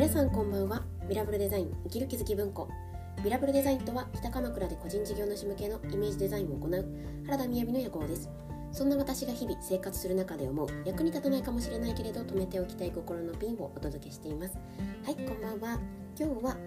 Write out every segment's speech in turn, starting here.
さんこんばんは。ミラブルデザイン生きる気づき文庫。ミラブルデザインとは北鎌倉で個人事業主向けのイメージデザインを行う原田みやびの屋号です。そんな私が日々生活する中で思う役に立たないかもしれないけれど止めておきたい心のピンをお届けしています。はい、こんばんは。今日は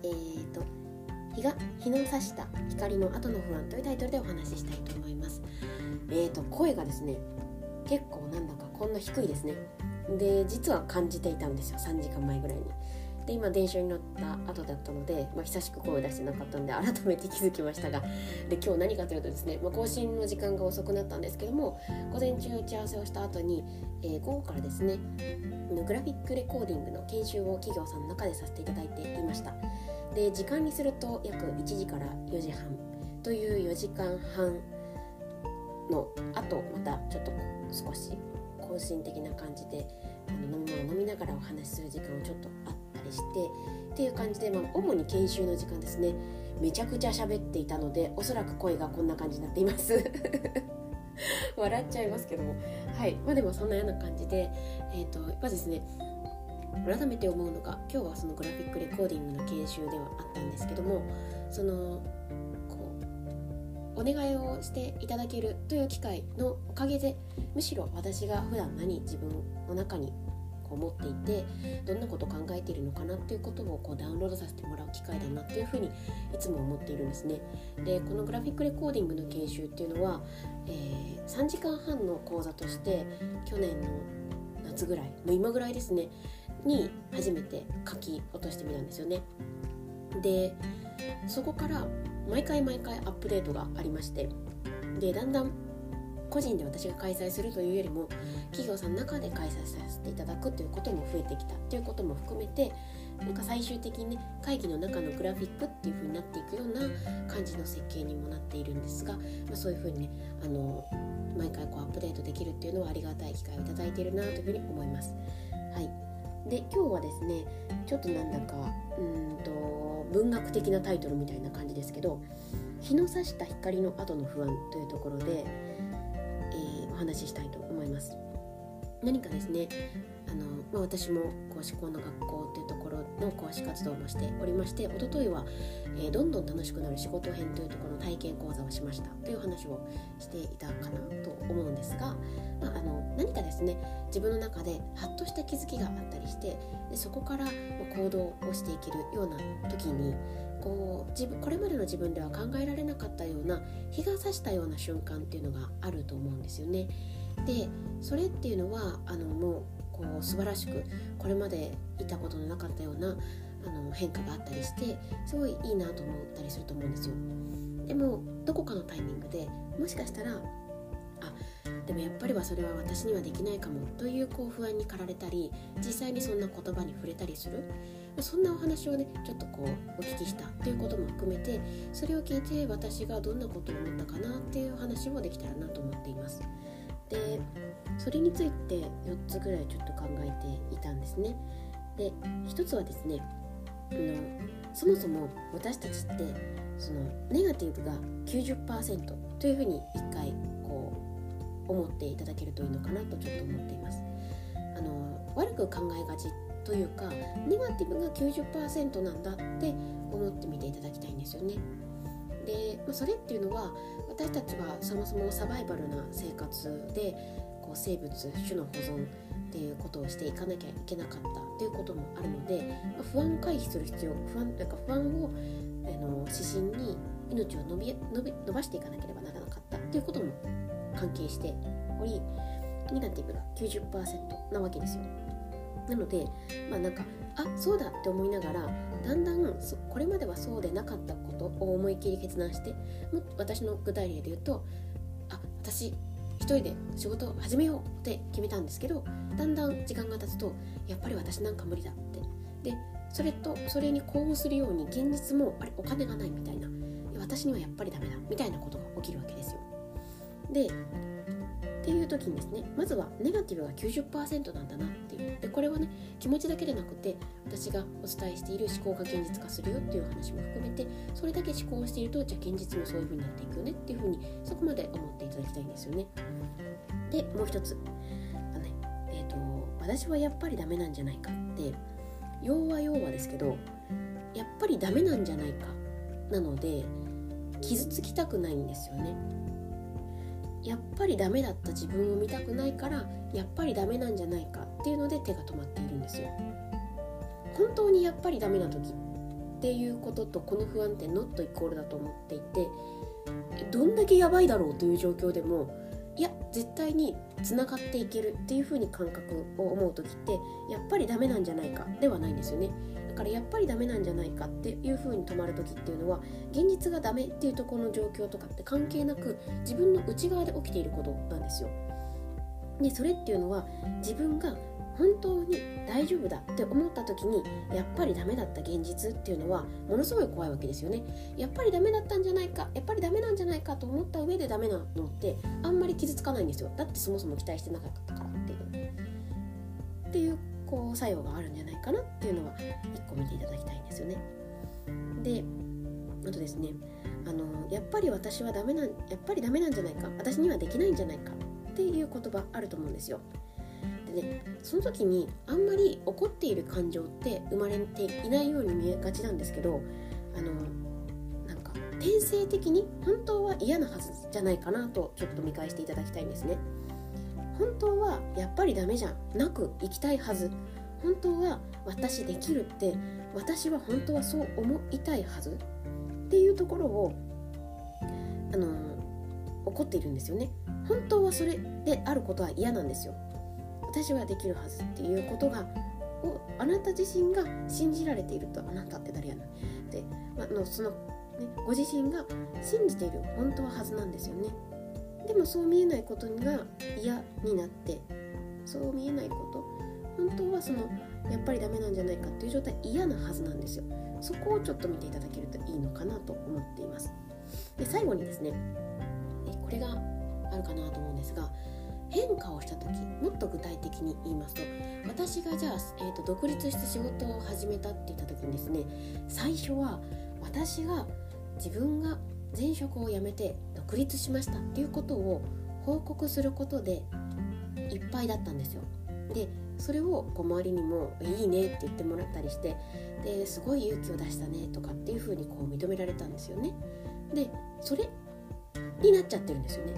日の差した光の後の不安というタイトルでお話ししたいと思います。声がですね結構なんだかこんな低いですね。で実は感じていたんですよ、3時間前ぐらいに。で今電車に乗った後だったので、久しく声を出してなかったので改めて気づきましたが、で今日何かというとですね、更新の時間が遅くなったんですけども、午前中打ち合わせをした後に、午後からですねグラフィックレコーディングの研修を企業さんの中でさせていただいていました。で時間にすると約1時から4時半という4時間半の後、またちょっと少し更新的な感じで飲み物を飲みながらお話しする時間をちょっとあったりしてっていう感じで、主に研修の時間ですね、めちゃくちゃ喋っていたのでおそらく声がこんな感じになっています笑っちゃいますけども、はい、でもそんなような感じで、やっぱですね改めて思うのが、今日はそのグラフィックレコーディングの研修ではあったんですけども、そのお願いをしていただけるという機会のおかげで、むしろ私が普段自分の中に持っていてどんなことを考えているのかなっていうことをダウンロードさせてもらう機会だなっていうふうにいつも思っているんですね。でこのグラフィックレコーディングの研修っていうのは、3時間半の講座として去年の夏ぐらいの今ぐらいですねに初めて書き落としてみたんですよね。でそこから毎回アップデートがありまして、でだんだん個人で私が開催するというよりも企業さんの中で開催させていただくということも増えてきたということも含めて、最終的に会議の中のグラフィックっていう風になっていくような感じの設計にもなっているんですが、そういう風に毎回アップデートできるっていうのはありがたい機会をいただいているなという風に思います。はい。で今日はですねちょっとなんだか文学的なタイトルみたいな感じですけど、日の差した光の後の不安というところで、お話ししたいと思います。何かですね私も講師校の学校というところの講師活動もしておりまして、一昨日は、どんどん楽しくなる仕事編というところの体験講座をしましたという話をしていたかなと思うんですが、何かですね自分の中でハッとした気づきがあったりして、でそこから行動をしていけるような時にこれまでの自分では考えられなかったような日が差したような瞬間っていうのがあると思うんですよね。でそれっていうのはもう素晴らしくこれまでいたことのなかったような変化があったりして、すごいいいなと思ったりすると思うんですよ。でもどこかのタイミングでもしかしたらでもやっぱりそれは私にはできないかもという不安に駆られたり、実際にそんな言葉に触れたりする、そんなお話をねちょっとお聞きしたということも含めて、それを聞いて私がどんなことを思ったかなっていう話をできたらなと思っています。でそれについて4つぐらいちょっと考えていたんですね。で1つはですねそもそも私たちってネガティブが 90% というふうに一回思っていただけるといいのかなとちょっと思っています。悪く考えがちというかネガティブが 90% なんだって思ってみていただきたいんですよね。で、それっていうのは私たちはそもそもサバイバルな生活で生物種の保存っていうことをしていかなきゃいけなかったということもあるので、不安を回避する必要、不安を指針に命を伸ばしていかなければならなかったということも関係しており、ネガティブが 90% なわけですよ。なのでそうだって思いながらだんだんこれまではそうでなかったことを思いっきり決断して、私の具体例で言うと私一人で仕事を始めようって決めたんですけど、だんだん時間が経つとやっぱり私なんか無理だって、でそれに呼応するように現実もお金がないみたいな、私にはやっぱりダメだみたいなことが起きるわけですよ。でっていう時にですね、まずはネガティブが 90% なんだなっていう、でこれはね気持ちだけでなくて私がお伝えしている思考が現実化するよっていう話も含めて、それだけ思考をしているとじゃあ現実もそういう風になっていくよねっていう風にそこまで思っていただきたいんですよね。でもう一つ私はやっぱりダメなんじゃないかって要はですけど、やっぱりダメなんじゃないかなので傷つきたくないんですよね。やっぱりダメだった自分を見たくないから、やっぱりダメなんじゃないかっていうので手が止まっているんですよ。本当にやっぱりダメな時っていうこととこの不安ってノットイコールだと思っていて、どんだけやばいだろうという状況でも、いや絶対につながっていけるっていう風に感覚を思う時って、やっぱりダメなんじゃないかではないんですよね。だからやっぱりダメなんじゃないかっていう風に止まる時っていうのは、現実がダメっていうところの状況とかって関係なく、自分の内側で起きていることなんですよ。でそれっていうのは、自分が本当に大丈夫だって思った時にやっぱりダメだった現実っていうのはものすごい怖いわけですよね。やっぱりダメだったんじゃないか、やっぱりダメなんじゃないかと思った上でダメなのってあんまり傷つかないんですよ。だってそもそも期待してなかったからっていうこう作用があるんじゃないかなっていうのは一個見ていただきたいんですよね。であとですね、やっぱり私はやっぱりダメなんじゃないか、私にはできないんじゃないかっていう言葉あると思うんですよ。でね、その時にあんまり怒っている感情って生まれていないように見えがちなんですけど、なんか天性的に本当は嫌なはずじゃないかなとちょっと見返していただきたいんですね。本当はやっぱりダメじゃなく生きたいはず、本当は私できるって、私は本当はそう思いたいはずっていうところを怒っているんですよね。本当はそれであることは嫌なんですよ。私はできるはずっていうことがあなた自身が信じられていると、あなたって誰やなで、その、ね、ご自身が信じている本当ははずなんですよね。でもそう見えないことが嫌になって、そう見えないこと、本当はそのやっぱりダメなんじゃないかっていう状態嫌なはずなんですよ。そこをちょっと見ていただけるといいのかなと思っています。で最後にですね、これがあるかなと思うんですが、変化をした時、もっと具体的に言いますと、私がじゃあ、独立して仕事を始めたって言った時にですね、最初は私が自分が前職を辞めて独立しましたっていうことを報告することでいっぱいだったんですよ。でそれを周りにもいいねって言ってもらったりして、ですごい勇気を出したねとかっていう風にこう認められたんですよね。でそれになっちゃってるんですよね。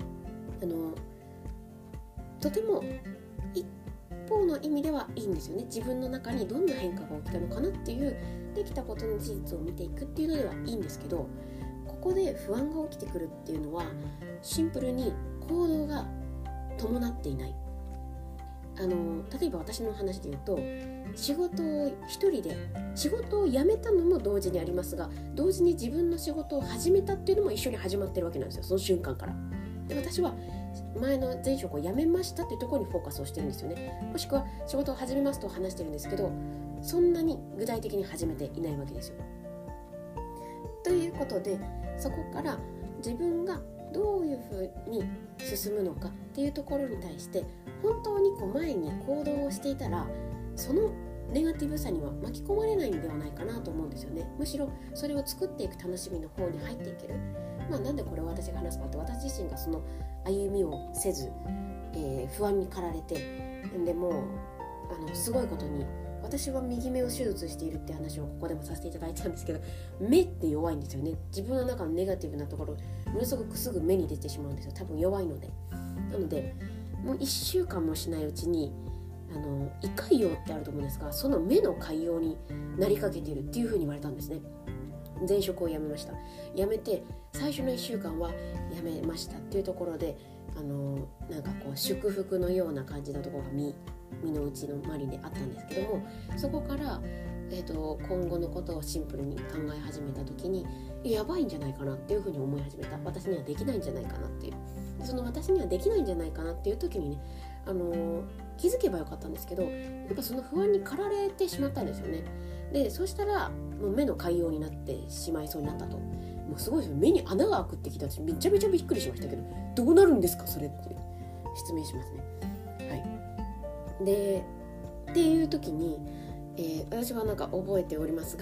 とても一方の意味ではいいんですよね。自分の中にどんな変化が起きたのかなっていう、できたことの事実を見ていくっていうのではいいんですけど、ここで不安が起きてくるっていうのはシンプルに行動が伴っていない。例えば私の話で言うと、仕事を一人で仕事を辞めたのも同時にありますが、同時に自分の仕事を始めたっていうのも一緒に始まってるわけなんですよ、その瞬間から。で私は前職を辞めましたっていうところにフォーカスをしてるんですよね。もしくは仕事を始めますと話してるんですけど、そんなに具体的に始めていないわけですよ。ということで、そこから自分がどういうふうに進むのかっていうところに対して本当に前に行動をしていたら、そのネガティブさには巻き込まれないんではないかなと思うんですよね。むしろそれを作っていく楽しみの方に入っていける。なんでこれを私が話すかって、私自身がその歩みをせず、不安に駆られて、でもうすごいことに私は右目を手術しているって話をここでもさせていただいたんですけど、目って弱いんですよね。自分の中のネガティブなところものすごくすぐ目に出てしまうんですよ。多分弱いので。なのでもう1週間もしないうちに胃潰瘍ってあると思うんですが、その目の潰瘍になりかけているっていうふうに言われたんですね。前職を辞めました。辞めて最初の1週間は辞めましたっていうところで、なんかこう祝福のような感じのところが身の内の周りであったんですけども、そこから、今後のことをシンプルに考え始めた時に、やばいんじゃないかなっていうふうに思い始めた。私にはできないんじゃないかなっていう、その私にはできないんじゃないかなっていう時にね、気づけばよかったんですけど、やっぱその不安に駆られてしまったんですよね。でそしたらもう目の潰瘍になってしまいそうになったと。もうすごいですよ、目に穴が開くって聞いた私めちゃめちゃびっくりしましたけど、どうなるんですかそれって失明しますね。はい。でっていう時に、私はなんか覚えておりますが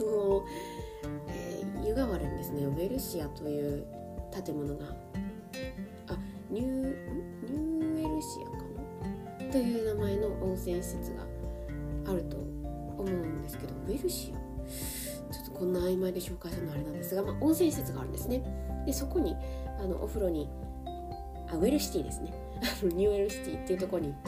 湯河原にですね、ウェルシアという建物がニューウェルシアかなという名前の温泉施設があると思うんですけど、ウェルシア、ちょっとこんな曖昧で紹介するのはあれなんですが、温泉施設があるんですね。でそこにお風呂にウェルシティですねニューウェルシティっていうところに行って、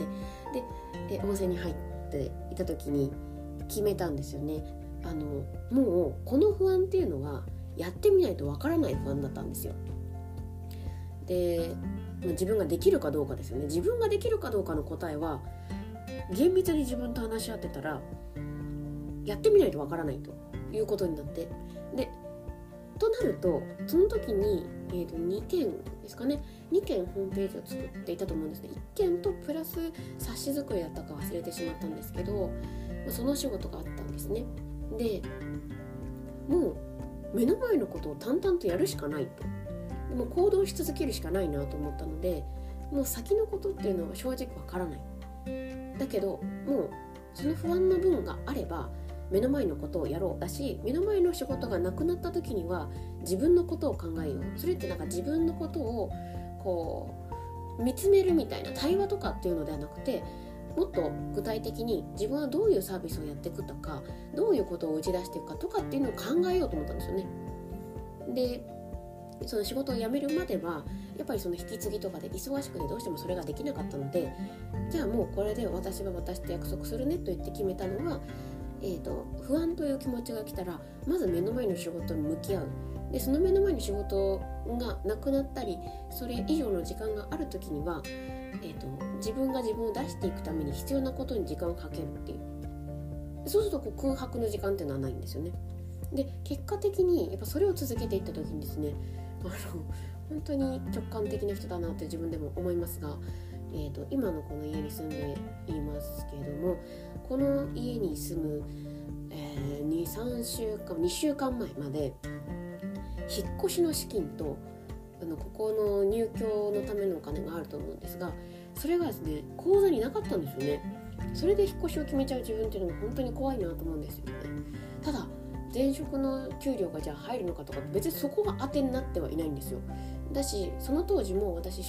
で温泉に入っていた時に決めたんですよね。もうこの不安っていうのはやってみないとわからない不安だったんですよ。で自分ができるかどうかですよね。自分ができるかどうかの答えは厳密に自分と話し合ってたらやってみないとわからないということになって、でとなるとその時に、2件ですかね、2件ホームページを作っていたと思うんですね。1件とプラス冊子作りだったか忘れてしまったんですけど、その仕事があったんですね。でもう目の前のことを淡々とやるしかないと、もう行動し続けるしかないなと思ったので、もう先のことっていうのは正直わからない。だけどもうその不安の分があれば目の前のことをやろうだし、目の前の仕事がなくなった時には自分のことを考えよう。それってなんか自分のことをこう見つめるみたいな対話とかっていうのではなくて、もっと具体的に自分はどういうサービスをやっていくとか、どういうことを打ち出していくかとかっていうのを考えようと思ったんですよね。でその仕事を辞めるまではやっぱりその引き継ぎとかで忙しくてどうしてもそれができなかったので、じゃあもうこれで私は私と約束するねと言って決めたのは、不安という気持ちが来たらまず目の前の仕事に向き合う。でその目の前の仕事がなくなったりそれ以上の時間がある時には、自分が自分を出していくために必要なことに時間をかけるっていう、そうすると空白の時間っていうのはないんですよね。で結果的にやっぱそれを続けていった時にですね、本当に直感的な人だなって自分でも思いますが、今のこの家に住んでいますけれども、この家に住む、2週間前まで引っ越しの資金とここの入居のためのお金があると思うんですが、それがですね口座になかったんですよね。それで引っ越しを決めちゃう自分っていうのが本当に怖いなと思うんですよね。ただ前職の給料がじゃあ入るのかとか別にそこが当てになってはいないんですよ。だしその当時も私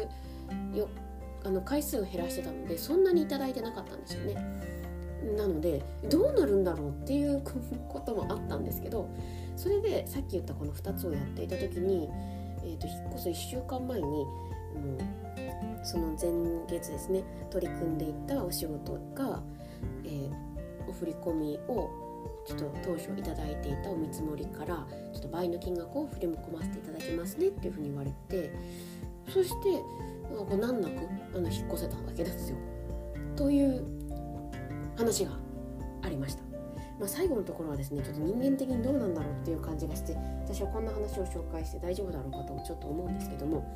回数を減らしてたのでそんなにいただいてなかったんですよね。なのでどうなるんだろうっていうこともあったんですけど、それでさっき言ったこの2つをやっていた時に、引っ越す1週間前にその前月ですね取り組んでいたお仕事が、お振り込みをちょっと当初いただいていたお見積もりからちょっと倍の金額を振り込ませていただきますねっていうふうに言われて、そして難なく引っ越せたわけですよという話がありました。最後のところはですねちょっと人間的にどうなんだろうっていう感じがして、私はこんな話を紹介して大丈夫だろうかともちょっと思うんですけども、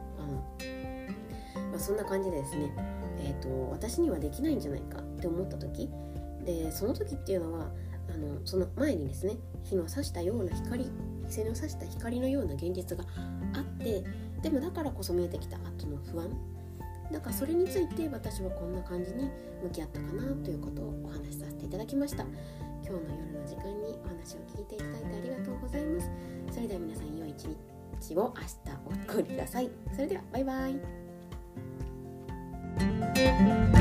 そんな感じでですね、私にはできないんじゃないかって思った時で、その時っていうのはその前にですね背の差した光のような現実があって、でもだからこそ見えてきた後の不安、なんかそれについて私はこんな感じに向き合ったかなということをお話しさせていただきました。今日の夜の時間にお話を聞いていただいてありがとうございます。それでは皆さん良い一日を明日お過ごしください。それではバイバイ。